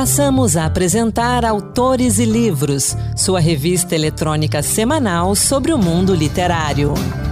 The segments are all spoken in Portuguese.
Passamos a apresentar Autores e Livros, sua revista eletrônica semanal sobre o mundo literário.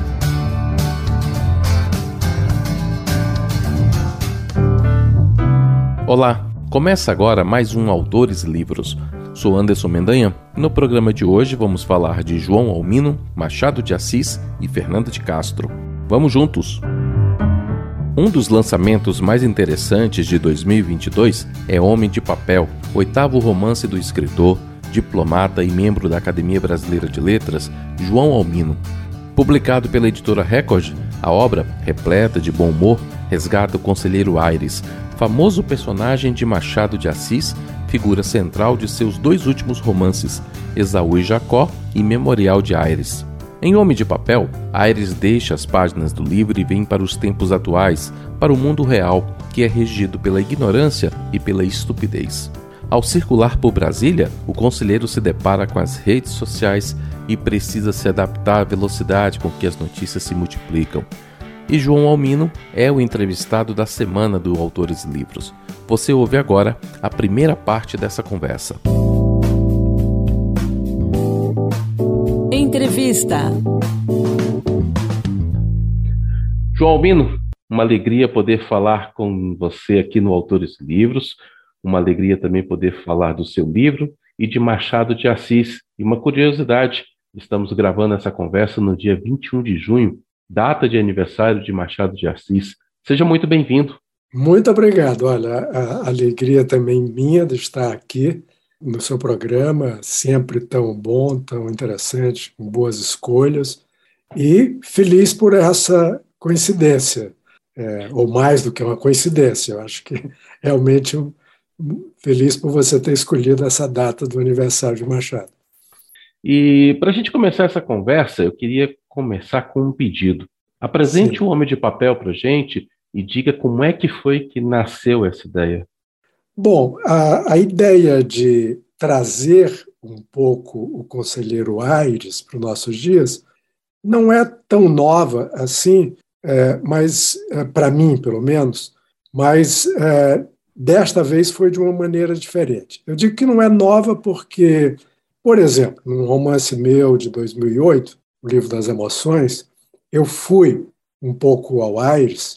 Olá, começa agora mais um Autores e Livros. Sou Anderson Mendanha e no programa de hoje vamos falar de João Almino, Machado de Assis e Fernanda de Castro. Vamos juntos! Um dos lançamentos mais interessantes de 2022 é Homem de Papel, oitavo romance do escritor, diplomata e membro da Academia Brasileira de Letras, João Almino. Publicado pela editora Record, a obra, repleta de bom humor, resgata o conselheiro Aires, famoso personagem de Machado de Assis, figura central de seus dois últimos romances, Esaú e Jacó e Memorial de Aires. Em Homem de Papel, Aires deixa as páginas do livro e vem para os tempos atuais, para o mundo real, que é regido pela ignorância e pela estupidez. Ao circular por Brasília, o conselheiro se depara com as redes sociais e precisa se adaptar à velocidade com que as notícias se multiplicam. E João Almino é o entrevistado da semana do Autores e Livros. Você ouve agora a primeira parte dessa conversa. Entrevista. João Almino, uma alegria poder falar com você aqui no Autores e Livros, uma alegria também poder falar do seu livro e de Machado de Assis. E uma curiosidade, estamos gravando essa conversa no dia 21 de junho, data de aniversário de Machado de Assis. Seja muito bem-vindo. Muito obrigado. Olha, a alegria também minha de estar aqui no seu programa, sempre tão bom, tão interessante, com boas escolhas, e feliz por essa coincidência, ou mais do que uma coincidência. Eu acho que realmente feliz por você ter escolhido essa data do aniversário de Machado. E para a gente começar essa conversa, eu queria começar com um pedido. Apresente o Homem de Papel para a gente e diga como é que foi que nasceu essa ideia. Bom, a ideia de trazer um pouco o conselheiro Aires para os nossos dias não é tão nova assim, mas para mim, pelo menos, mas desta vez foi de uma maneira diferente. Eu digo que não é nova porque, por exemplo, num romance meu de 2008, O Livro das Emoções, eu fui um pouco ao Aires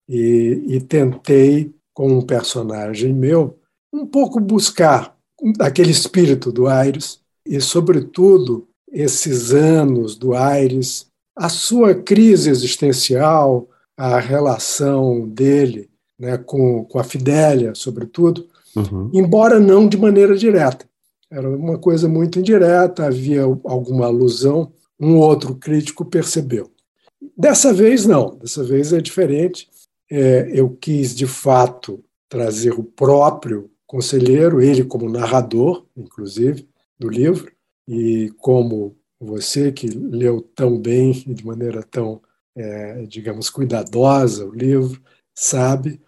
e tentei, com um personagem meu, um pouco buscar aquele espírito do Aires e, sobretudo, esses anos do Aires, a sua crise existencial, a relação dele, né, com a Fidélia, sobretudo, embora não de maneira direta. Era uma coisa muito indireta, havia alguma alusão, um outro crítico percebeu. Dessa vez, não. Dessa vez é diferente. Eu quis, de fato, trazer o próprio conselheiro, ele como narrador, inclusive, do livro, e como você, que leu tão bem e de maneira tão, digamos, cuidadosa o livro, sabe,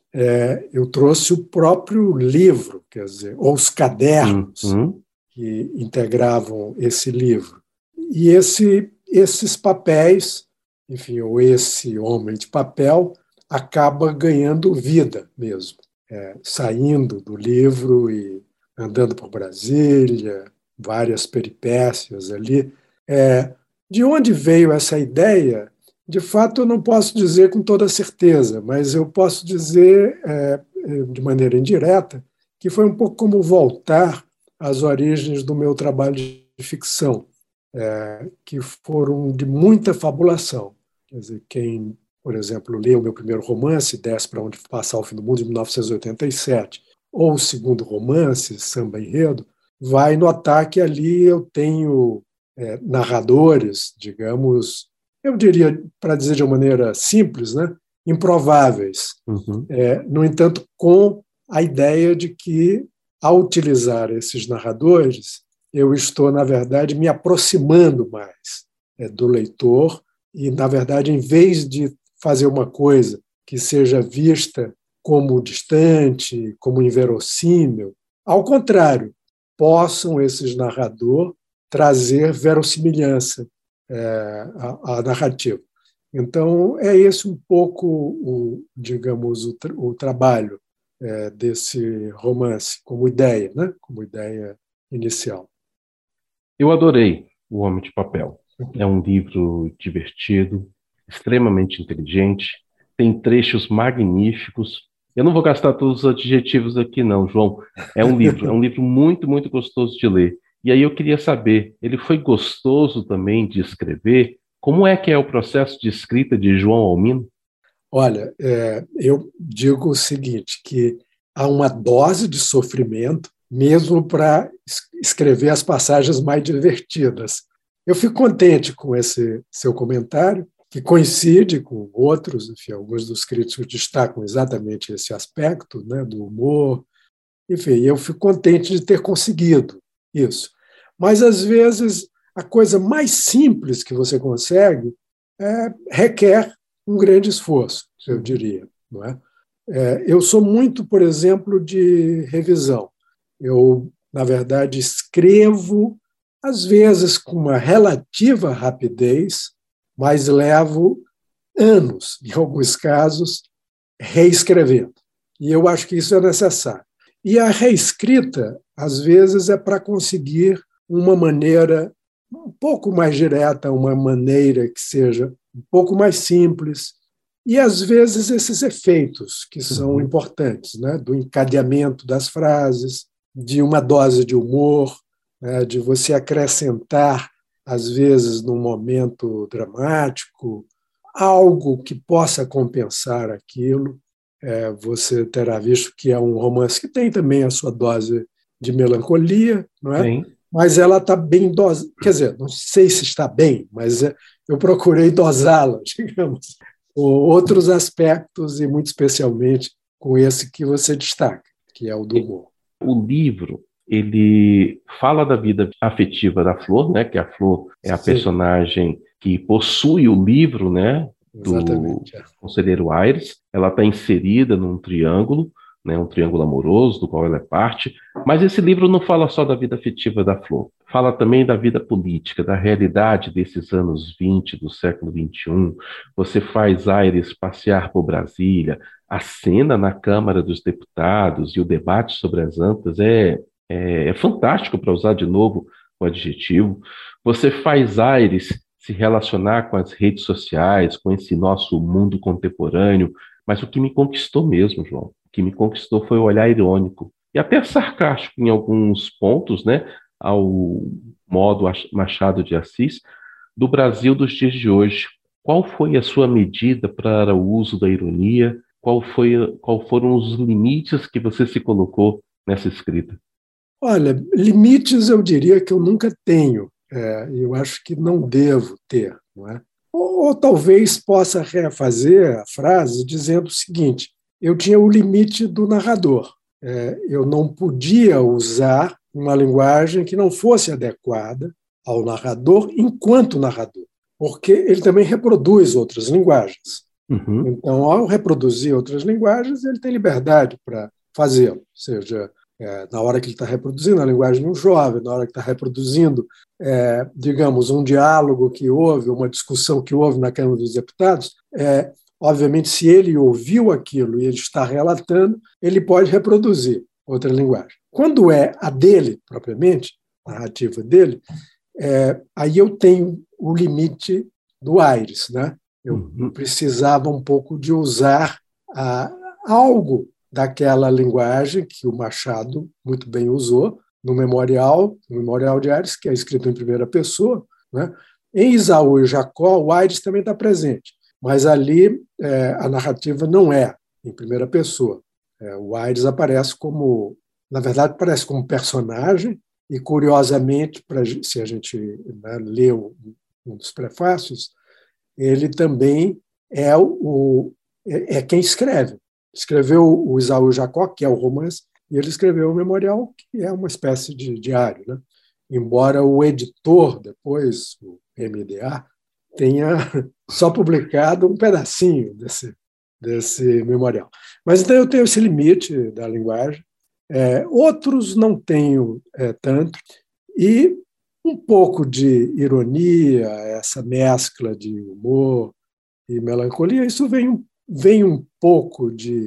eu trouxe o próprio livro, quer dizer, ou os cadernos que integravam esse livro. E esses papéis, enfim, ou esse homem de papel, acaba ganhando vida mesmo, saindo do livro e andando por Brasília, várias peripécias ali. De onde veio essa ideia? De fato, eu não posso dizer com toda certeza, mas eu posso dizer, de maneira indireta, que foi um pouco como voltar às origens do meu trabalho de ficção, que foram de muita fabulação. Quer dizer, quem, por exemplo, lê o meu primeiro romance, Desce para Onde Passar o Fim do Mundo, de 1987, ou o segundo romance, Samba Enredo, vai notar que ali eu tenho narradores, digamos, eu diria, para dizer de uma maneira simples, né, improváveis. No entanto, com a ideia de que, ao utilizar esses narradores, eu estou, na verdade, me aproximando mais do leitor e, na verdade, em vez de fazer uma coisa que seja vista como distante, como inverossímil, ao contrário, possam esses narradores trazer verossimilhança à narrativa. Então, é esse um pouco, digamos, o trabalho desse romance, como ideia, né? Como ideia inicial. Eu adorei O Homem de Papel. É um livro divertido, extremamente inteligente, tem trechos magníficos. Eu não vou gastar todos os adjetivos aqui, não, João. É um livro muito, muito gostoso de ler. E aí eu queria saber, ele foi gostoso também de escrever? Como é que é o processo de escrita de João Almino? Olha, eu digo o seguinte, que há uma dose de sofrimento mesmo para escrever as passagens mais divertidas. Eu fico contente com esse seu comentário, que coincide com outros, enfim, alguns dos críticos destacam exatamente esse aspecto, né, do humor. Enfim, eu fico contente de ter conseguido isso. Mas, às vezes, a coisa mais simples que você consegue requer um grande esforço, eu diria. Não é? Eu sou muito, por exemplo, de revisão. Eu, na verdade, escrevo, às vezes com uma relativa rapidez, mas levo anos, em alguns casos, reescrevendo. E eu acho que isso é necessário. E a reescrita, às vezes, é para conseguir uma maneira um pouco mais direta, uma maneira que seja um pouco mais simples. E, às vezes, esses efeitos que são importantes, né? Do encadeamento das frases, de uma dose de humor, né? De você acrescentar, às vezes, num momento dramático, algo que possa compensar aquilo. Você terá visto que é um romance que tem também a sua dose de melancolia, não é? Sim. Mas ela está bem dosada. Quer dizer, não sei se está bem, mas eu procurei dosá-la, digamos, com outros aspectos e, muito especialmente, com esse que você destaca, que é o do humor. O livro, ele fala da vida afetiva da Flor, né? Que a Flor é a personagem que possui o livro, né? Do Conselheiro Aires. Ela está inserida num triângulo, né? Um triângulo amoroso, do qual ela é parte. Mas esse livro não fala só da vida afetiva da Flor. Fala também da vida política, da realidade desses anos 20 do século XXI. Você faz Aires passear por Brasília. A cena na Câmara dos Deputados e o debate sobre as antas é fantástico, para usar de novo o adjetivo. Você faz Aires se relacionar com as redes sociais, com esse nosso mundo contemporâneo, mas o que me conquistou mesmo, João, o que me conquistou foi o olhar irônico e até sarcástico em alguns pontos, né, ao modo Machado de Assis, do Brasil dos dias de hoje. Qual foi a sua medida para o uso da ironia? Qual foram os limites que você se colocou nessa escrita? Olha, limites eu diria que eu nunca tenho. Eu acho que não devo ter. Não é? Ou talvez possa refazer a frase dizendo o seguinte: eu tinha o limite do narrador. Eu não podia usar uma linguagem que não fosse adequada ao narrador enquanto narrador, porque ele também reproduz outras linguagens. Então, ao reproduzir outras linguagens, ele tem liberdade para fazê-lo, ou seja, na hora que ele está reproduzindo a linguagem de um jovem, na hora que está reproduzindo, digamos, um diálogo que houve, uma discussão que houve na Câmara dos Deputados, obviamente, se ele ouviu aquilo e ele está relatando, ele pode reproduzir outra linguagem. Quando é a dele, propriamente, a narrativa dele, aí eu tenho o limite do Aires, né? Eu precisava um pouco de usar algo daquela linguagem que o Machado muito bem usou no Memorial de Aires, que é escrito em primeira pessoa, né? Em Esaú e Jacó, o Aires também está presente, mas ali a narrativa não é em primeira pessoa. O Aires aparece como, na verdade, aparece como personagem e, curiosamente, se a gente, né, lê um dos prefácios, ele também é quem escreve. Escreveu o Esaú e Jacó, que é o romance, e ele escreveu o Memorial, que é uma espécie de diário, né? Embora o editor, depois, o MDA, tenha só publicado um pedacinho desse memorial. Mas então eu tenho esse limite da linguagem. Outros não tenho tanto. E um pouco de ironia, essa mescla de humor e melancolia, isso vem um pouco de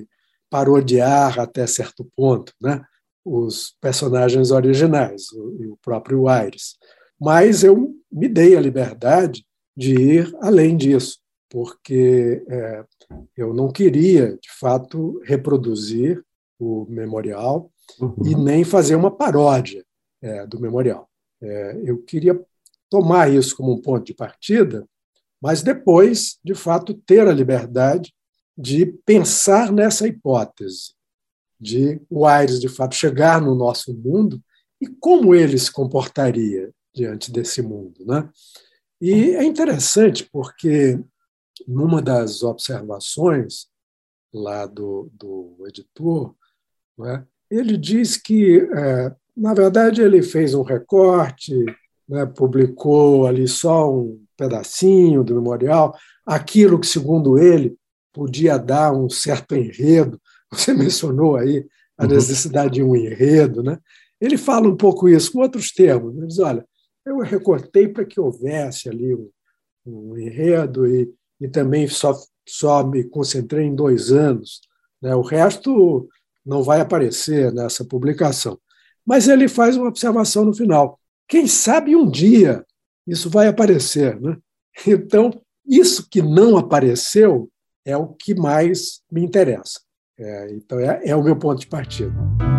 parodiar até certo ponto, né, os personagens originais, o próprio Aires. Mas eu me dei a liberdade de ir além disso, porque eu não queria, de fato, reproduzir o memorial e nem fazer uma paródia do memorial. Eu queria tomar isso como um ponto de partida, mas depois, de fato, ter a liberdade de pensar nessa hipótese, de o Aires, de fato, chegar no nosso mundo e como ele se comportaria diante desse mundo, né? E é interessante porque, numa das observações lá do editor, né, ele diz que, na verdade, ele fez um recorte, né, publicou ali só um pedacinho do memorial, aquilo que, segundo ele, podia dar um certo enredo. Você mencionou aí a necessidade de um enredo, né? Ele fala um pouco isso com outros termos. Ele diz, olha, eu recortei para que houvesse ali um enredo e também só me concentrei em 2 anos, né? O resto não vai aparecer nessa publicação. Mas ele faz uma observação no final. Quem sabe um dia isso vai aparecer, né? Então, isso que não apareceu é o que mais me interessa. Então, é o meu ponto de partida.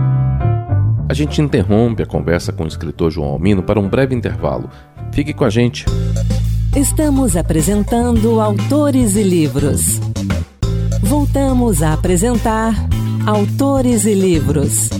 A gente interrompe a conversa com o escritor João Almino para um breve intervalo. Fique com a gente. Estamos apresentando Autores e Livros. Voltamos a apresentar Autores e Livros.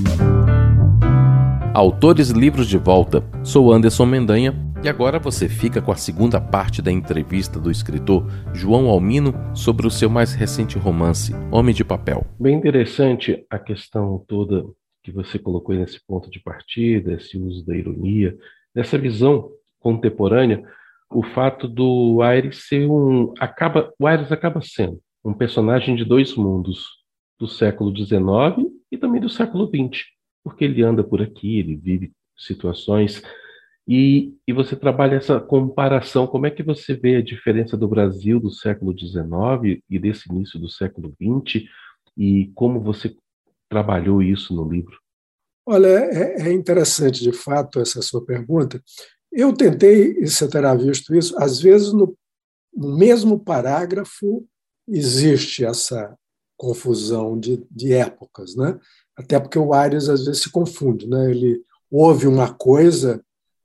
Autores e Livros de volta. Sou Anderson Mendanha e agora você fica com a segunda parte da entrevista do escritor João Almino sobre o seu mais recente romance, Homem de Papel. Bem interessante a questão toda que você colocou aí nesse ponto de partida, esse uso da ironia, nessa visão contemporânea, o fato do Aires ser o Aires acaba sendo um personagem de 2 mundos, do século XIX e também do século XX, porque ele anda por aqui, ele vive situações, e você trabalha essa comparação. Como é que você vê a diferença do Brasil do século XIX e desse início do século XX, e como você trabalhou isso no livro? Olha, é interessante, de fato, essa sua pergunta. Eu tentei, e você terá visto isso, às vezes no mesmo parágrafo existe essa confusão de épocas, né? Até porque o Aires às vezes se confunde, né? Ele ouve uma coisa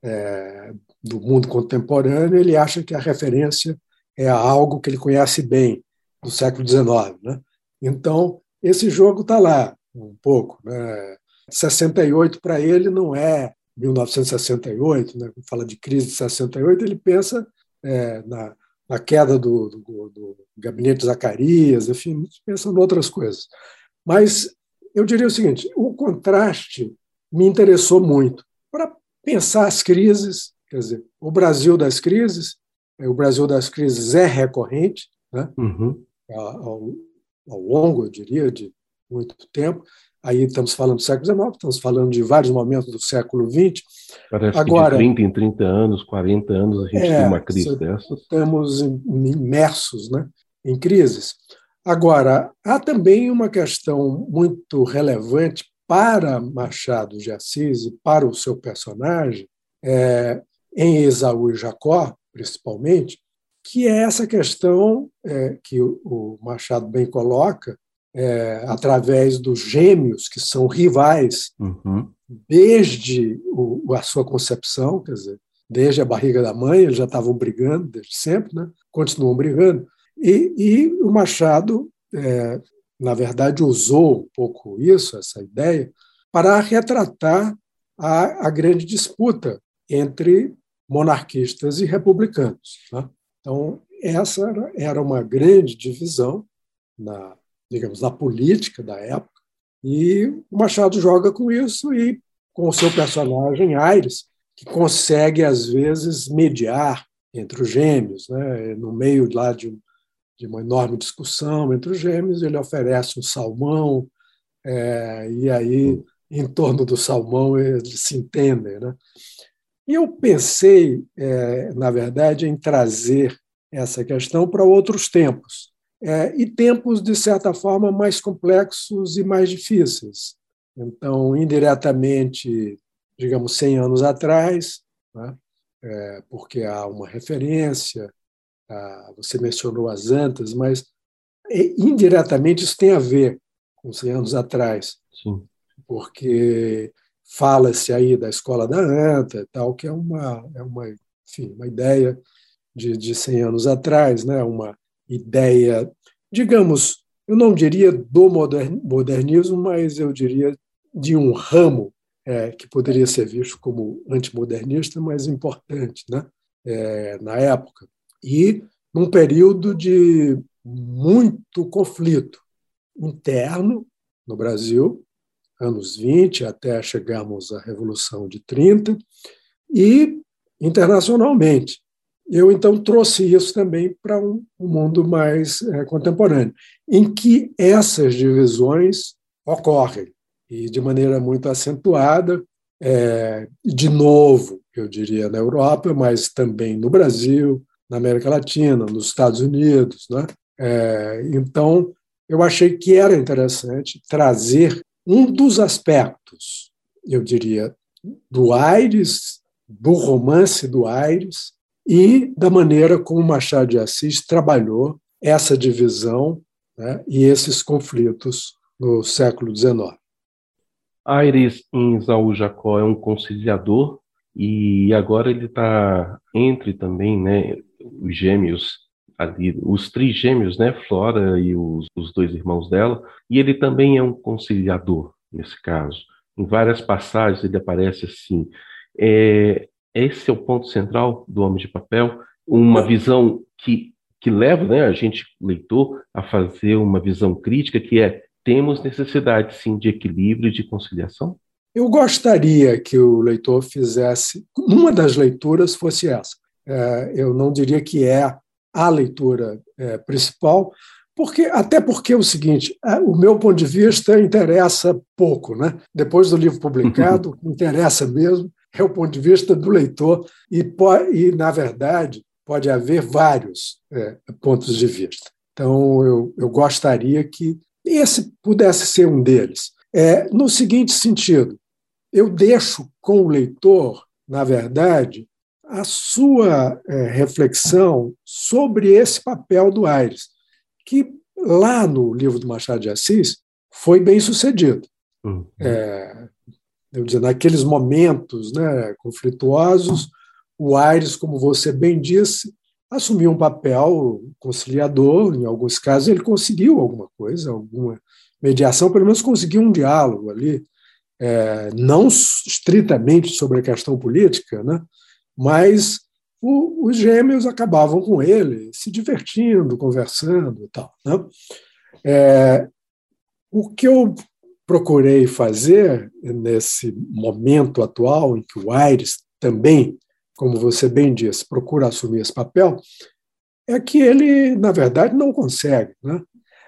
do mundo contemporâneo, ele acha que a referência é a algo que ele conhece bem, do século XIX, né? Então, esse jogo está lá um pouco, né? 68 para ele não é 1968, né? Quando fala de crise de 68, ele pensa na queda do gabinete de Zacarias, enfim, pensa em outras coisas. Mas eu diria o seguinte, o contraste me interessou muito para pensar as crises, quer dizer, o Brasil das crises é recorrente, né? Ao longo, eu diria, de muito tempo. Aí estamos falando do século XIX, estamos falando de vários momentos do século XX. Parece agora, que de 30 em 30 anos, 40 anos, a gente tem uma crise dessas. Estamos imersos, né, em crises. Agora, há também uma questão muito relevante para Machado de Assis e para o seu personagem, em Esaú e Jacó, principalmente, que é essa questão que o Machado bem coloca, através dos gêmeos, que são rivais desde a sua concepção, quer dizer, desde a barriga da mãe, eles já estavam brigando desde sempre, né? Continuam brigando. E o Machado, na verdade, usou um pouco isso, essa ideia, para retratar a grande disputa entre monarquistas e republicanos, né? Então, essa era uma grande divisão na política da época, e o Machado joga com isso e com o seu personagem Aires, que consegue, às vezes, mediar entre os gêmeos, né? No meio lá de uma enorme discussão entre os gêmeos, ele oferece um salmão, e aí, em torno do salmão, eles se entendem, né? E eu pensei, na verdade, em trazer essa questão para outros tempos. e tempos, de certa forma, mais complexos e mais difíceis. Então, indiretamente, digamos, 100 anos atrás, né, porque há uma referência, você mencionou as antas, mas indiretamente isso tem a ver com 100 anos atrás. Sim. Porque fala-se aí da escola da anta, e tal, que é enfim, uma ideia de 100 anos atrás, né? Uma ideia, digamos, eu não diria do modernismo, mas eu diria de um ramo que poderia ser visto como antimodernista, mas importante, né? Na época. E num período de muito conflito interno no Brasil, anos 20, até chegarmos à Revolução de 30, e internacionalmente. Eu, então, trouxe isso também para um mundo mais contemporâneo, em que essas divisões ocorrem, e de maneira muito acentuada, de novo, eu diria, na Europa, mas também no Brasil, na América Latina, nos Estados Unidos, né? Então, eu achei que era interessante trazer um dos aspectos, eu diria, do Aires, do romance do Aires, e da maneira como Machado de Assis trabalhou essa divisão, né, e esses conflitos no século XIX. Aires, em Esaú Jacó, é um conciliador, e agora ele está entre também, né, os gêmeos ali, os trigêmeos, né, Flora e os dois irmãos dela, e ele também é um conciliador nesse caso. Em várias passagens ele aparece assim. Esse é o ponto central do Homem de Papel, uma visão que leva, né, a gente, leitor, a fazer uma visão crítica, que temos necessidade, sim, de equilíbrio e de conciliação? Eu gostaria que o leitor fizesse, uma das leituras fosse essa. Eu não diria que é a leitura principal, até porque é o seguinte, o meu ponto de vista interessa pouco, né? Depois do livro publicado, o que interessa mesmo é o ponto de vista do leitor e na verdade, pode haver vários pontos de vista. Então, eu gostaria que esse pudesse ser um deles. No seguinte sentido, eu deixo com o leitor, na verdade, a sua reflexão sobre esse papel do Aires, que lá no livro do Machado de Assis foi bem sucedido. Eu dizer, naqueles momentos, né, conflituosos, o Aires, como você bem disse, assumiu um papel conciliador. Em alguns casos ele conseguiu alguma coisa, alguma mediação, pelo menos conseguiu um diálogo ali, não estritamente sobre a questão política, né, mas os gêmeos acabavam com ele, se divertindo, conversando e tal, né? O que eu procurei fazer nesse momento atual, em que o Aires também, como você bem disse, procura assumir esse papel, é que ele, na verdade, não consegue, né?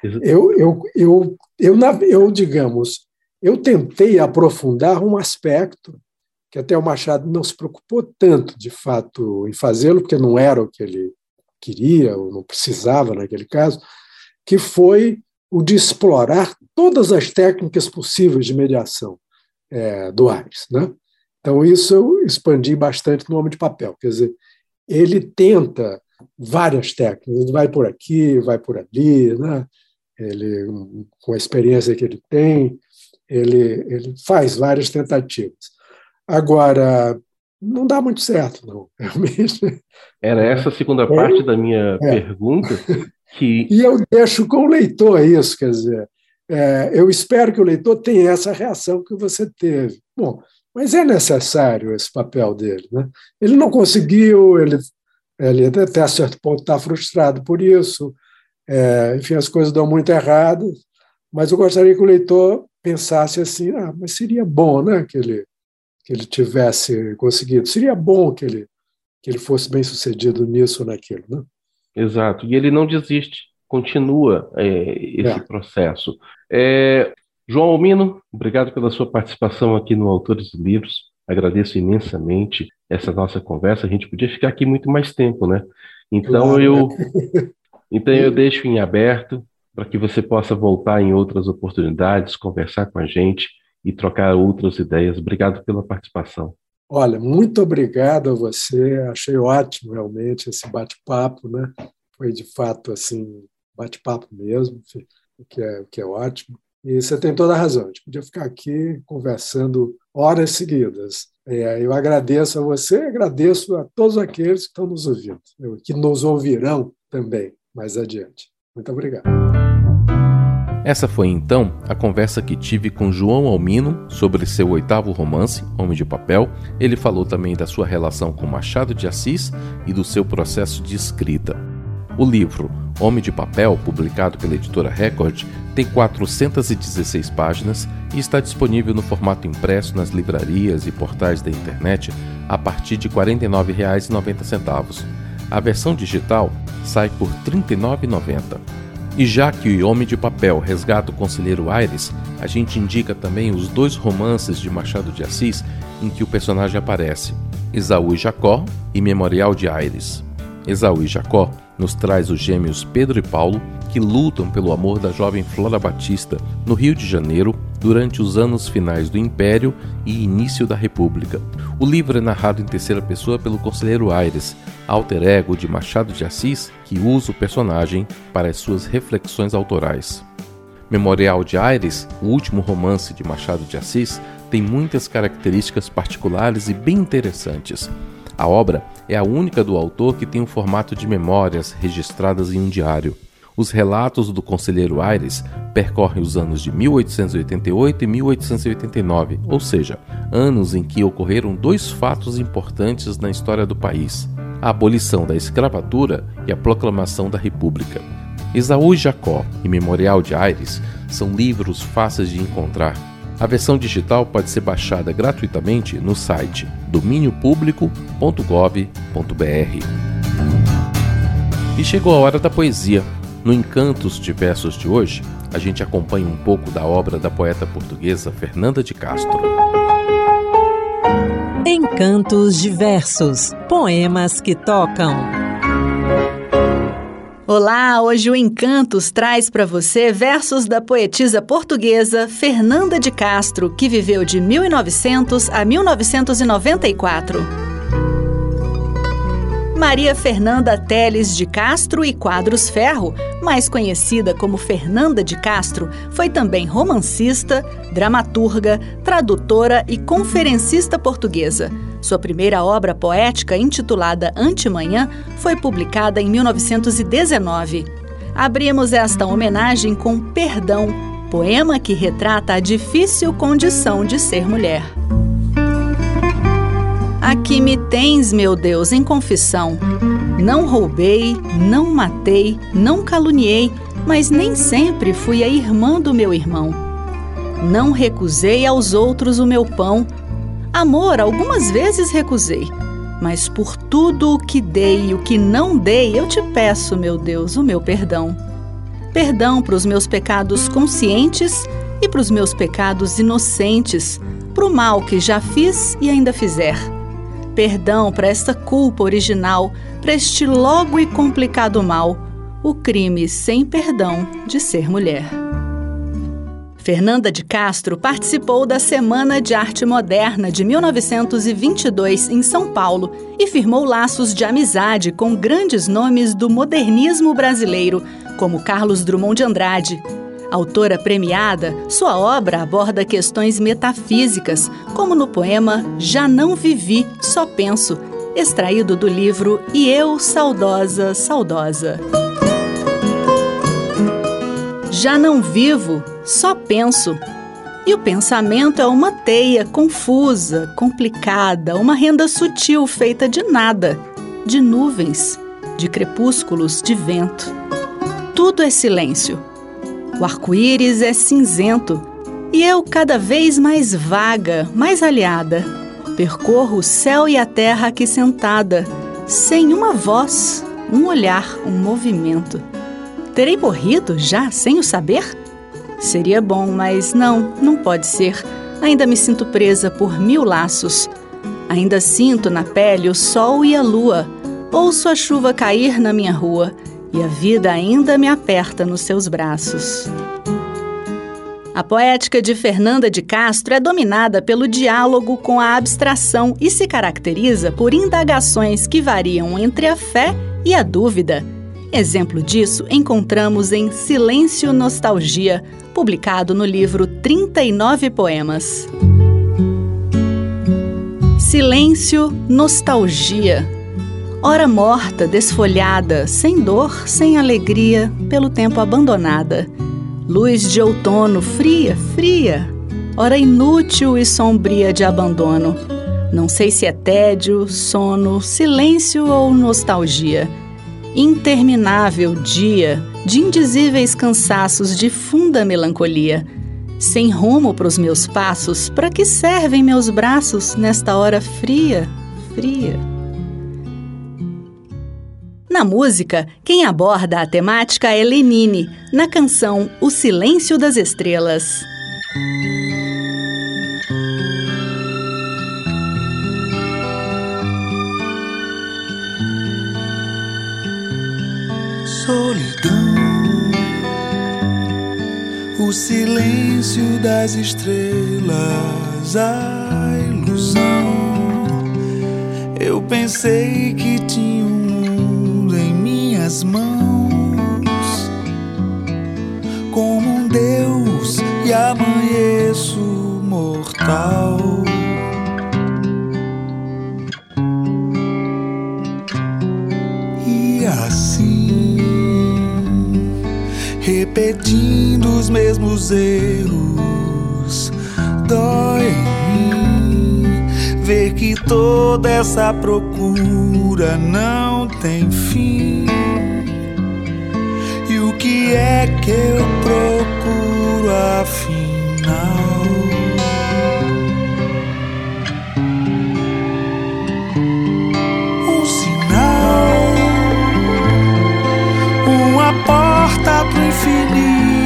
Digamos, eu tentei aprofundar um aspecto que até o Machado não se preocupou tanto, de fato, em fazê-lo, porque não era o que ele queria ou não precisava naquele caso, que foi o de explorar todas as técnicas possíveis de mediação do Aires, né? Então, isso eu expandi bastante no Homem de Papel. Quer dizer, ele tenta várias técnicas, ele vai por aqui, vai por ali, né? Ele, com a experiência que ele tem, ele faz várias tentativas. Agora, não dá muito certo, não. Realmente. Era essa a segunda parte da minha pergunta. E eu deixo com o leitor isso, quer dizer, eu espero que o leitor tenha essa reação que você teve. Bom, mas é necessário esse papel dele, né? Ele não conseguiu, ele até certo ponto está frustrado por isso, enfim, as coisas dão muito erradas, mas eu gostaria que o leitor pensasse assim, mas seria bom, né, que ele tivesse conseguido, seria bom que ele fosse bem sucedido nisso ou naquilo, né? Exato, e ele não desiste, continua esse processo. João Almino, obrigado pela sua participação aqui no Autores e Livros, agradeço imensamente essa nossa conversa, a gente podia ficar aqui muito mais tempo, né? Então claro, Então eu deixo em aberto para que você possa voltar em outras oportunidades, conversar com a gente e trocar outras ideias. Obrigado pela participação. Olha, muito obrigado a você. Achei ótimo realmente esse bate-papo, né? Foi de fato assim, bate-papo mesmo, o que é ótimo. E você tem toda a razão. A gente podia ficar aqui conversando horas seguidas. Eu agradeço a você, agradeço a todos aqueles que estão nos ouvindo, que nos ouvirão também mais adiante. Muito obrigado. Essa foi então a conversa que tive com João Almino sobre seu 8º romance, Homem de Papel. Ele falou também da sua relação com Machado de Assis e do seu processo de escrita. O livro Homem de Papel, publicado pela editora Record, tem 416 páginas e está disponível no formato impresso nas livrarias e portais da internet a partir de R$ 49,90. A versão digital sai por R$ 39,90. E já que o Homem de Papel resgata o conselheiro Aires, a gente indica também os 2 romances de Machado de Assis em que o personagem aparece, Esaú e Jacó e Memorial de Aires. Esaú e Jacó nos traz os gêmeos Pedro e Paulo, que lutam pelo amor da jovem Flora Batista no Rio de Janeiro durante os anos finais do Império e início da República. O livro é narrado em terceira pessoa pelo conselheiro Aires, alter ego de Machado de Assis, que usa o personagem para as suas reflexões autorais. Memorial de Aires, o último romance de Machado de Assis, tem muitas características particulares e bem interessantes. A obra é a única do autor que tem um formato de memórias registradas em um diário. Os relatos do conselheiro Aires percorrem os anos de 1888 e 1889, ou seja, anos em que ocorreram 2 fatos importantes na história do país: a abolição da escravatura e a proclamação da República. Esaú e Jacó e Memorial de Aires são livros fáceis de encontrar. A versão digital pode ser baixada gratuitamente no site dominiopublico.gov.br. E chegou a hora da poesia. No Encantos de Versos de hoje, a gente acompanha um pouco da obra da poeta portuguesa Fernanda de Castro. Encantos de Versos, poemas que tocam. Olá, hoje o Encantos traz para você versos da poetisa portuguesa Fernanda de Castro, que viveu de 1900 a 1994. Maria Fernanda Teles de Castro e Quadros Ferro, mais conhecida como Fernanda de Castro, foi também romancista, dramaturga, tradutora e conferencista portuguesa. Sua primeira obra poética, intitulada Antemanhã, foi publicada em 1919. Abrimos esta homenagem com Perdão, poema que retrata a difícil condição de ser mulher. Aqui me tens, meu Deus, em confissão. Não roubei, não matei, não caluniei, mas nem sempre fui a irmã do meu irmão. Não recusei aos outros o meu pão. Amor, algumas vezes recusei, mas por tudo o que dei e o que não dei, eu te peço, meu Deus, o meu perdão. Perdão para os meus pecados conscientes e para os meus pecados inocentes, para o mal que já fiz e ainda fizer. Perdão para esta culpa original, para este logo e complicado mal, o crime sem perdão de ser mulher. Fernanda de Castro participou da Semana de Arte Moderna de 1922 em São Paulo e firmou laços de amizade com grandes nomes do modernismo brasileiro, como Carlos Drummond de Andrade. Autora premiada, sua obra aborda questões metafísicas, como no poema Já Não Vivi, Só Penso, extraído do livro E Eu, Saudosa, Saudosa. Já não vivo, só penso. E o pensamento é uma teia confusa, complicada, uma renda sutil feita de nada, de nuvens, de crepúsculos, de vento. Tudo é silêncio. O arco-íris é cinzento e eu cada vez mais vaga, mais aliada. Percorro o céu e a terra aqui sentada, sem uma voz, um olhar, um movimento. Terei morrido já, sem o saber? Seria bom, mas não pode ser. Ainda me sinto presa por 1000 laços. Ainda sinto na pele o sol e a lua. Ouço a chuva cair na minha rua e a vida ainda me aperta nos seus braços. A poética de Fernanda de Castro é dominada pelo diálogo com a abstração e se caracteriza por indagações que variam entre a fé e a dúvida. Exemplo disso encontramos em Silêncio, Nostalgia, publicado no livro 39 Poemas. Silêncio, nostalgia. Hora morta, desfolhada, sem dor, sem alegria, pelo tempo abandonada. Luz de outono, fria, fria. Hora inútil e sombria de abandono. Não sei se é tédio, sono, silêncio ou nostalgia. Interminável dia, de indizíveis cansaços, de funda melancolia. Sem rumo pros meus passos, para que servem meus braços nesta hora fria, fria? Na música, quem aborda a temática é Lenine, na canção O Silêncio das Estrelas. Solidão, o silêncio das estrelas, a ilusão. Eu pensei que tinha mãos, como um Deus, e amanheço mortal. E assim, repetindo os mesmos erros, dói em mim ver que toda essa procura não tem fim. E o que é que eu procuro afinal? Um sinal, uma porta pro infinito,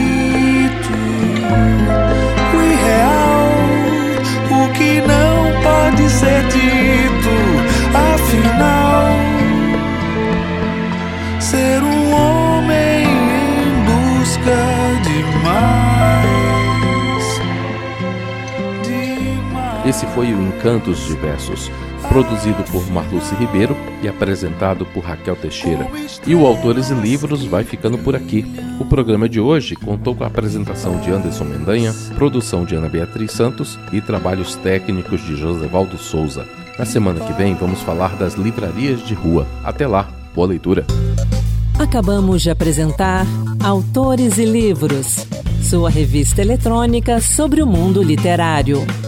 o irreal, o que não pode ser dito, afinal, ser um homem em busca de mais. Esse foi o Encantos de Versos, produzido por Marluce Ribeiro e apresentado por Raquel Teixeira. E o Autores e Livros vai ficando por aqui. O programa de hoje contou com a apresentação de Anderson Mendanha, produção de Ana Beatriz Santos e trabalhos técnicos de Josevaldo Souza. Na semana que vem vamos falar das livrarias de rua. Até lá, boa leitura! Acabamos de apresentar Autores e Livros, sua revista eletrônica sobre o mundo literário.